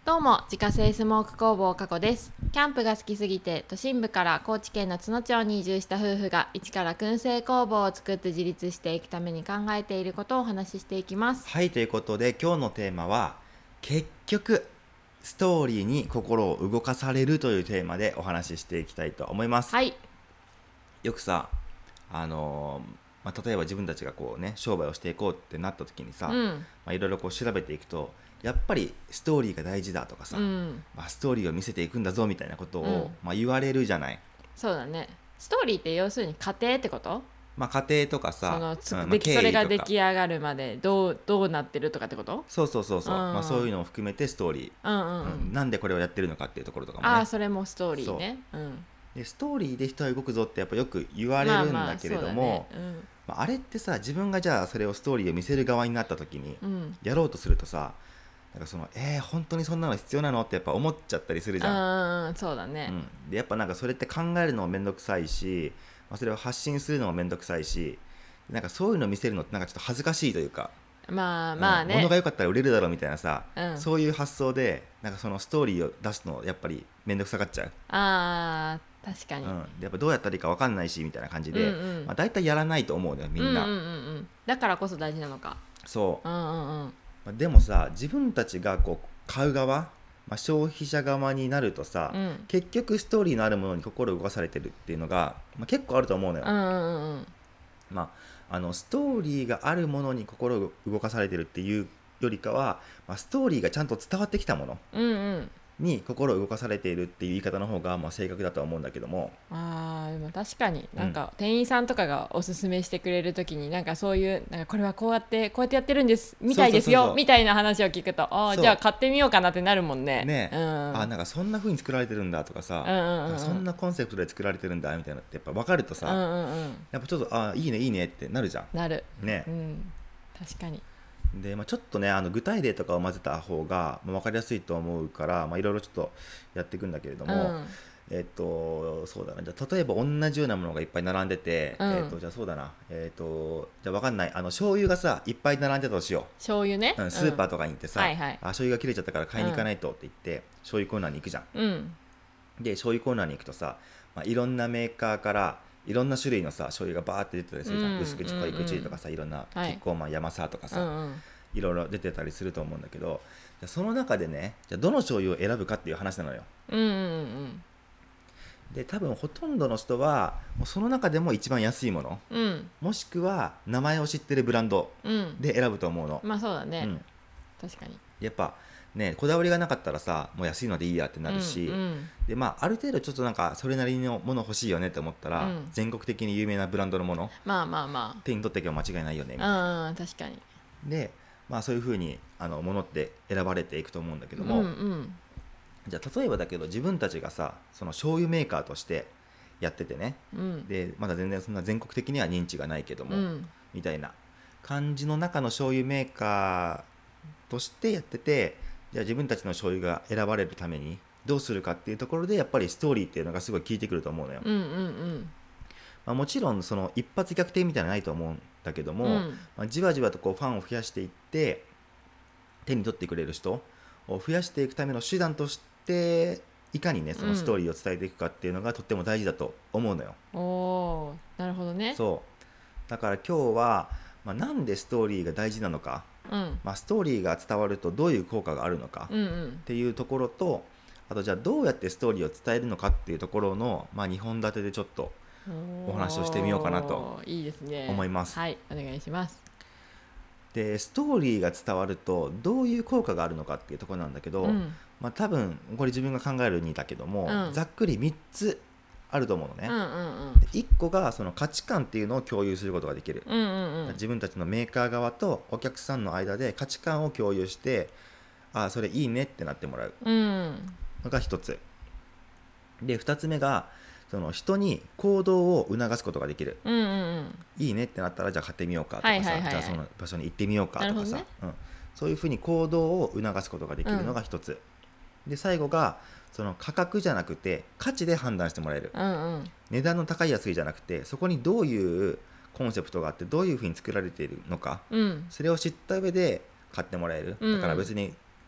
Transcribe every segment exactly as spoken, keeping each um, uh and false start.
どうも、自家製スモーク工房加古です。キャンプが好きすぎて都心部から高知県の津野町に移住した夫婦が一から燻製工房を作って自立していくために考えていることをお話ししていきます。 はい、ということで今日のテーマは結局ストーリーに心を動かされるというテーマでお話ししていきたいと思います。 はい。 よくさ、あのーまあ、例えば自分たちがこうね商売をしていこうってなった時にさ、 うんまあ、いろいろこう調べていくとやっぱりストーリーが大事だとかさ、 うんまあ、ストーリーを見せていくんだぞみたいなことを、 うんまあ、言われるじゃない。 そうだね。ストーリーって要するに過程ってこと？ まあ、家庭とかさ、 そのつうんまあできそれが出経緯とか来上がるまでどうどうなってるとかってこと？ そうそうそうそう、 うんまあ、そういうのを含めてストーリうんうんうー、うんん。 なんでこれをやってるのかっていうところとかもね。 ああ、それもストーリーね。うんでストーリーで人は動くぞってやっぱよく言われるんだけれども、 まあまあそうだね。 まああれってさ、自分がじゃあそれをストーリーを見せる側になった時にうんうんやろうとするとさ、なんかそのえー、本当にそんなの必要なのってやっぱ思っちゃったりするじゃん。 うんうん、そうだね。 うん、でやっぱなんかそれって考えるのもめんどくさいし、まあ、それを発信するのもめんどくさいし、なんかそういうのを見せるのってなんかちょっと恥ずかしいというか、 まあまあね。 うん物が良かったら売れるだろうみたいなさ、 うんそういう発想でなんかそのストーリーを出すのやっぱりめんどくさがっちゃう。 あー確かに、 うん、でやっぱどうやったらいいか分かんないしみたいな感じで、 うんうんまあ、大体やらないと思うのよみんな、 うんうんうんうん、だからこそ大事なのか。 そう、 うんうんうんまあ、でもさ自分たちがこう買う側、まあ、消費者側になるとさ、 うん結局ストーリーのあるものに心を動かされてるっていうのが、まあ、結構あると思うのよ、 うんうんうんまあ、あのストーリーがあるものに心を動かされてるっていうよりかは、まあ、ストーリーがちゃんと伝わってきたものうんうんに心を動かされているっていう言い方の方がまあ正確だとは思うんだけども、 あーでも確かになんか店員さんとかがおすすめしてくれるときになんかそういうなんかこれはこうやってこうやってやってるんですみたいですそうそうそうそうよみたいな話を聞くとあそうーじゃあ買ってみようかなってなるもんね。 ね、 うん、 あなんかそんな風に作られてるんだとかさ、 うんうんうんうん、 そんなコンセプトで作られてるんだみたいなのってやっぱ分かるとさ、 うんうんうん、 やっぱちょっとあいいねいいねってなるじゃなる、 んねう、ん、確かに。 で、まあ、ちょっとねあの具体例とかを混ぜた方が、まあ、分かりやすいと思うからまあいろいろちょっとやっていくんだけれども、 うんえっとそうだな、じゃあ例えば同じようなものがいっぱい並んでて、 うんえっとじゃあそうだな、えっとじゃあ分かんないあの醤油がさいっぱい並んでたとしよ醤油ね、 う、うん、スーパーととかに行ってさ、 はいはいあ醤油が切れちゃったから買いに行かないとって言って、醤油コーナーに行くじゃん。 うんで醤油コーナーに行くとさ、まあ、いろんなメーカーからいろんな種類のさ醤油がバーって出てたりするじゃん、 うん薄口濃い口とかさ、いろんなはいキッコーマン山沢とかさ、 うんうんいろいろ出てたりすると思うんだけど、じゃあその中でねじゃあどの醤油を選ぶかっていう話なのよ。 うんうんうんで多分ほとんどの人はもうその中でも一番安いもの、 うんもしくは名前を知ってるブランドうんで選ぶと思うの、 まあそうだね、 うん、 確かにやっぱねこだわりがなかったらさもう安いのでいいやってなるし、 うんうんでまあ、ある程度ちょっとなんかそれなりのもの欲しいよねって思ったら、 うん全国的に有名なブランドのものまあまあま手に取っていけば間違いないよねみたいな。 あうん確かにで、まあ、そういうふうにあのものって選ばれていくと思うんだけども、 うんうんじゃあ例えばだけど自分たちがさその醤油メーカーとしてやっててね、 うんでまだ全然そんな全国的には認知がないけども、 うんみたいな感じの中の醤油メーカーとしてやってて、じゃあ自分たちの醤油が選ばれるためにどうするかっていうところでやっぱりストーリーっていうのがすごい効いてくると思うのよ、 うんうんまあ、もちろんその一発逆転みたいなのはないと思うんだけども、 うんまあ、じわじわとこうファンを増やしていって手に取ってくれる人を増やしていくための手段としていかにねそのストーリーを伝えていくかっていうのがとっても大事だと思うのよ、 うんおーなるほどねそうだから今日は、まあ、なんでストーリーが大事なのか、 うんまあ、ストーリーが伝わるとどういう効果があるのかっうんうんていうところと、あとじゃあどうやってストーリーを伝えるのかっていうところの、まあ、にほん立てでちょっとお話をしてみようかなとおーいいですね思いますはいお願いします。 でストーリーが伝わるとどういう効果があるのかっていうところなんだけど、 うんまあ、多分これ自分が考えるにだけども、 うんざっくりみっつあると思うのね、 うんうんいっこがその価値観っていうのを共有することができる、 うんうんうん自分たちのメーカー側とお客さんの間で価値観を共有してああそれいいねってなってもらううんのがひとつで、ふたつめがその人に行動を促すことができる、 うんうんうんいいねってなったらじゃあ買ってみようかとかさ、 はいはいはいはいじゃあその場所に行ってみようかとかさ、 なるほどねうん、そういうふうに行動を促すことができるのがひとつ、で最後がその価格じゃなくて価値で判断してもらえる、 うんうん値段の高い安いじゃなくてそこにどういうコンセプトがあってどういうふうに作られているのか、 うんそれを知った上で買ってもらえる、 うんだから別に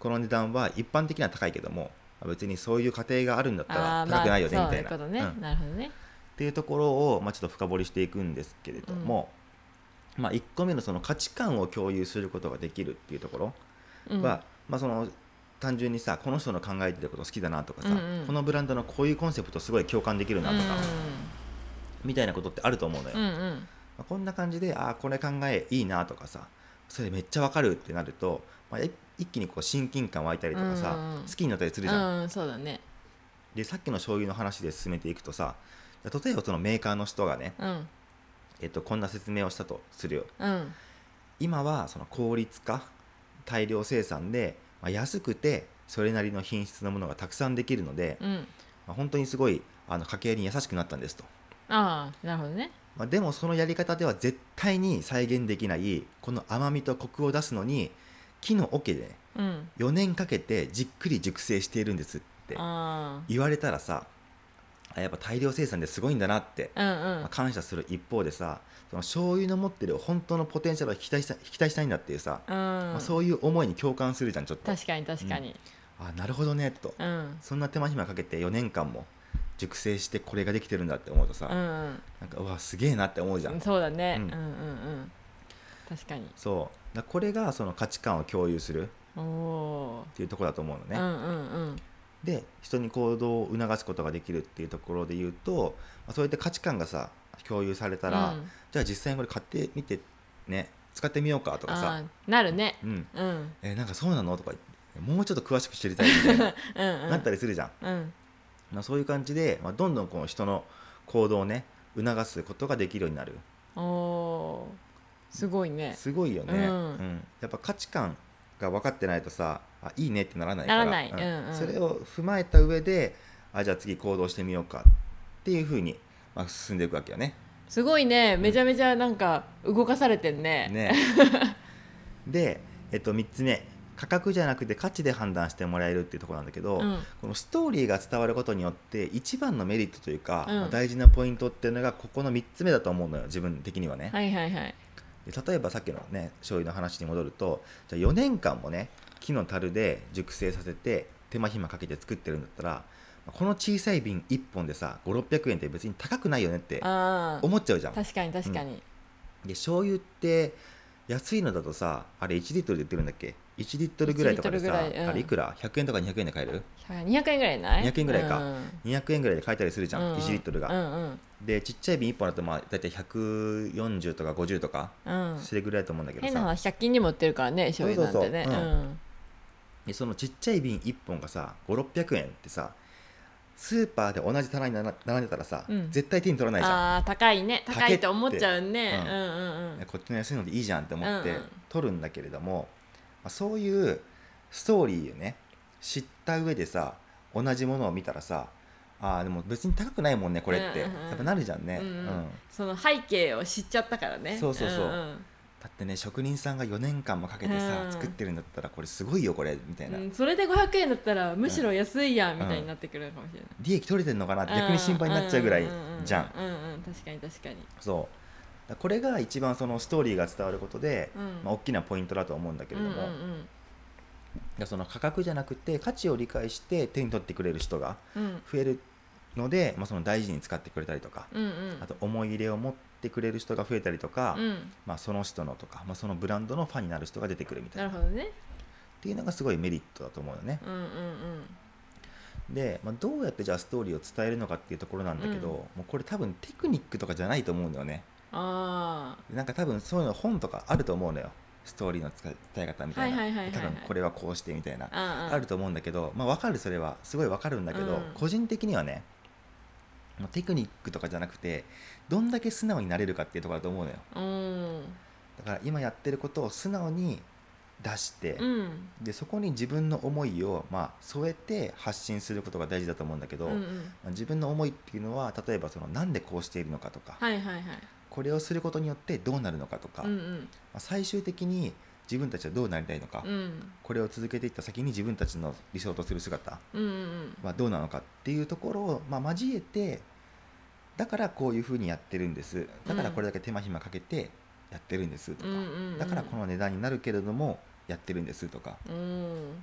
この値段は一般的には高いけども別にそういう過程があるんだったらあー高くないよねまあみたいな、 そういうことね、 うんなるほどね。 っていうところを、まあ、ちょっと深掘りしていくんですけれども、まあ、いっこめのその価値観を共有することができるっていうところうんは、まあ、その単純にさこの人の考えてること好きだなとかさ、 うんうんこのブランドのこういうコンセプトすごい共感できるなとか、みたいなことってあると思うのよ、 うんうんまあ、こんな感じでああこれ考えいいなとかさそれめっちゃわかるってなると、まあ、い一気にこう親近感湧いたりとかさ、 うんうん好きになったりするじゃん、 うんうんそうだね。 でさっきの醤油の話で進めていくとさ例えばそのメーカーの人がね、 うんえっと、こんな説明をしたとするよ。 うん今はその効率化大量生産で、まあ、安くてそれなりの品質のものがたくさんできるので、 うんまあ、本当にすごいあの家計に優しくなったんですと、 ああなるほどね。 まあ、でもそのやり方では絶対に再現できないこの甘みとコクを出すのに木の桶でうんよねんかけてじっくり熟成しているんですってあ言われたらさあやっぱ大量生産ですごいんだなって、 あうんまあ、感謝する一方でさその醤油の持ってる本当のポテンシャルを期待した期待したいんだっていうさ、 うん、 まあ、そういう思いに共感するじゃんちょっと。 確かに確かに。 あなるほどねと、 うんそんな手間暇かけてよねんかんも熟成してこれができてるんだって思うとさ、 うんなんかうわすげえなって思うじゃうんんそうだね、 ううんん、うんうん確かに。 そうだこれがその価値観を共有するおおっていうところだと思うのね、 ー、うんうんうんで人に行動を促すことができるっていうところで言うと、まあそういった価値観がさ共有されたら、 うんじゃあ実際にこれ買ってみてね使ってみようかとかさ、 あーなるね。 うんうんえーなんかそうなのとか言ってもうちょっと詳しく知りたいみたいなうんうんなったりするじゃん、 うんまあ、そういう感じで、まあ、どんどんこう人の行動をね促すことができるようになる。 おおーすごいね。 すごいよね、 うんやっぱ価値観が分かってないとさあいいねってならないからならないうんうんうんそれを踏まえた上であじゃあ次行動してみようかっていうふうに、まあ、進んでいくわけよね。 すごいね、めちゃめちゃなんか動かされてんね。 ねで、えっと、みっつめ価格じゃなくて価値で判断してもらえるっていうところなんだけど、 うんこのストーリーが伝わることによって一番のメリットというか、 うんまあ大事なポイントっていうのがここのみっつめだと思うのよ自分的にはね、 はいはいはい。 で例えばさっきのね醤油の話に戻るとじゃあよねんかんもね木の樽で熟成させて手間暇かけて作ってるんだったらこの小さい瓶いっぽんでさごひゃくろっぴゃくえんって別に高くないよねってああ思っちゃうじゃん。 確かに確かに。 で醤油って安いのだとさあれいちリットルで売ってるんだっけいちリットルぐらいとかでいちリッさ、 トルぐらいうんあれいくらひゃくえんとかにひゃくえんで買えるにひゃくえんぐらいないにひゃくえんぐらいかうんにひゃくえんぐらいで買えたりするじゃん、 うんうんいちリットルが、 うんでちっちゃい瓶いっぽんだとまあだいたいひゃくよんじゅうとかごじゅうとかうんうんそれぐらいだと思うんだけどさ、 変な話ひゃく均にも売ってるからね醤油なんてね。 そうそうそううんでそのちっちゃい瓶いっぽんがさごひゃくろっぴゃくえんってさスーパーで同じ棚にな並んでたらさ、 うん絶対手に取らないじゃん。 ああ高いね高いと思っちゃうね。 ううんんうんうんこっちの安いのでいいじゃんって思ってうんうん取るんだけれども、まあ、そういうストーリーをね知った上でさ同じものを見たらさあーでも別に高くないもんねこれって、 うんうんうんやっぱなるじゃんね、 うんうんうんその背景を知っちゃったからね。 そうそうそうんんだってね職人さんがよねんかんもかけてさ、 うん作ってるんだったらこれすごいよこれみたいな、 うんそれでごひゃくえんだったらむしろ安いやんみたいになってくるかもしれない。 利益取れてんのかなって逆に心配になっちゃうぐらいじゃん。 うんうんうんうん確かに確かに。 そうだこれが一番そのストーリーが伝わることで、 うんまあ、大きなポイントだと思うんだけれども、 うんうんだその価格じゃなくて価値を理解して手に取ってくれる人がうん増えるので、まあ、その大事に使ってくれたりとか、 うんうんあと思い入れを持ってくれる人が増えたりとか、 うんまあ、その人のとか、まあ、そのブランドのファンになる人が出てくるみたいななるほどね。 っていうのがすごいメリットだと思うよね。 うんうんうんで、まあ、どうやってじゃあストーリーを伝えるのかっていうところなんだけど、 うんもうこれ多分テクニックとかじゃないと思うんだよね。 あなんか多分そういうの本とかあると思うのよストーリーの伝え方みたいな、 はいはいはいはいはい多分これはこうしてみたいな、 ああると思うんだけど、まあ、分かるそれはすごい分かるんだけど、 うん個人的にはねもうテクニックとかじゃなくてどんだけ素直になれるかっていうところだと思うのよ。 うんだから今やってることを素直に出して、 うんでそこに自分の思いを、まあ、添えて発信することが大事だと思うんだけど、 うんうんまあ、自分の思いっていうのは例えばそのなんでこうしているのかとか、 はいはいはいこれをすることによってどうなるのかとか、まうんうんあ、最終的に自分たちはどうなりたいのか、 うんこれを続けていった先に自分たちの理想とする姿うんうんはどうなのかっていうところを、まあ、交えてだからこういうふうにやってるんですだからこれだけ手間暇かけてやってるんですとか、 うんうんうんだからこの値段になるけれどもやってるんですとか、 うん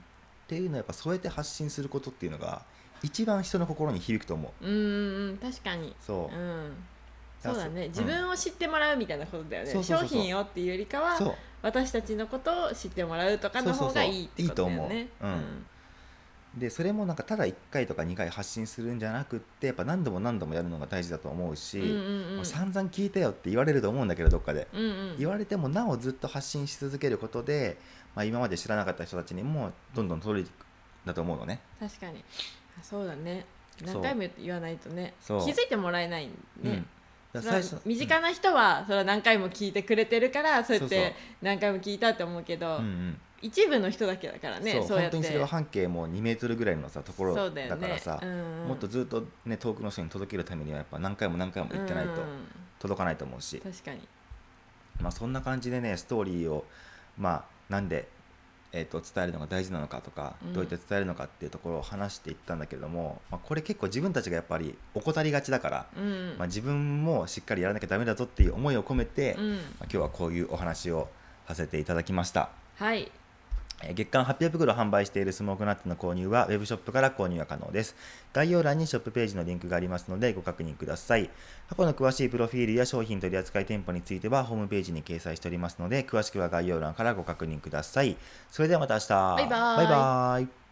っていうのをやっぱそうやって発信することっていうのが一番人の心に響くと思う。 うんうん、確かに。 そう、 うん、そうだね、 うん自分を知ってもらうみたいなことだよね。 そうそうそうそう商品をっていうよりかはそう私たちのことを知ってもらうとかの方がいいってことだよね。 そうそうそういいと思ううんでそれもなんかただいっかいとかにかい発信するんじゃなくってやっぱ何度も何度もやるのが大事だと思うし、 うんうんうんもう散々聞いたよって言われると思うんだけどどっかで、 うんうん、 言われてもなおずっと発信し続けることで、まあ、今まで知らなかった人たちにもどんどん届いていくんだと思うのね。 確かにそうだね。 そう何回も言わないとね、 そう気づいてもらえないね、 うん、だそれはから最初身近な人はそれは何回も聞いてくれてるからそうやっそうそうて何回も聞いたって思うけど、 うんうん一部の人だけだからね。 そうそうやって本当にそれは半径もうにメートルぐらいのさところそうだよねだからさ、 うんうんもっとずっと、ね、遠くの人に届けるためにはやっぱ何回も何回も言ってないとうん届かないと思うし、 確かに。 まあ、そんな感じでねストーリーを、まあ、なんで、えー、と伝えるのが大事なのかとか、 うんどうやって伝えるのかっていうところを話していったんだけども、まあ、これ結構自分たちがやっぱり怠りがちだから、 うんまあ、自分もしっかりやらなきゃダメだぞっていう思いを込めて、 うん、 まあ、今日はこういうお話をさせていただきました。 はい、 えー月間はっぴゃく袋販売しているスモークナッツの購入はウェブショップから購入が可能です。概要欄にショップページのリンクがありますのでご確認ください。過去の詳しいプロフィールや商品取扱店舗についてはホームページに掲載しておりますので詳しくは概要欄からご確認ください。それではまた明日。 バイバーイバイバーイ。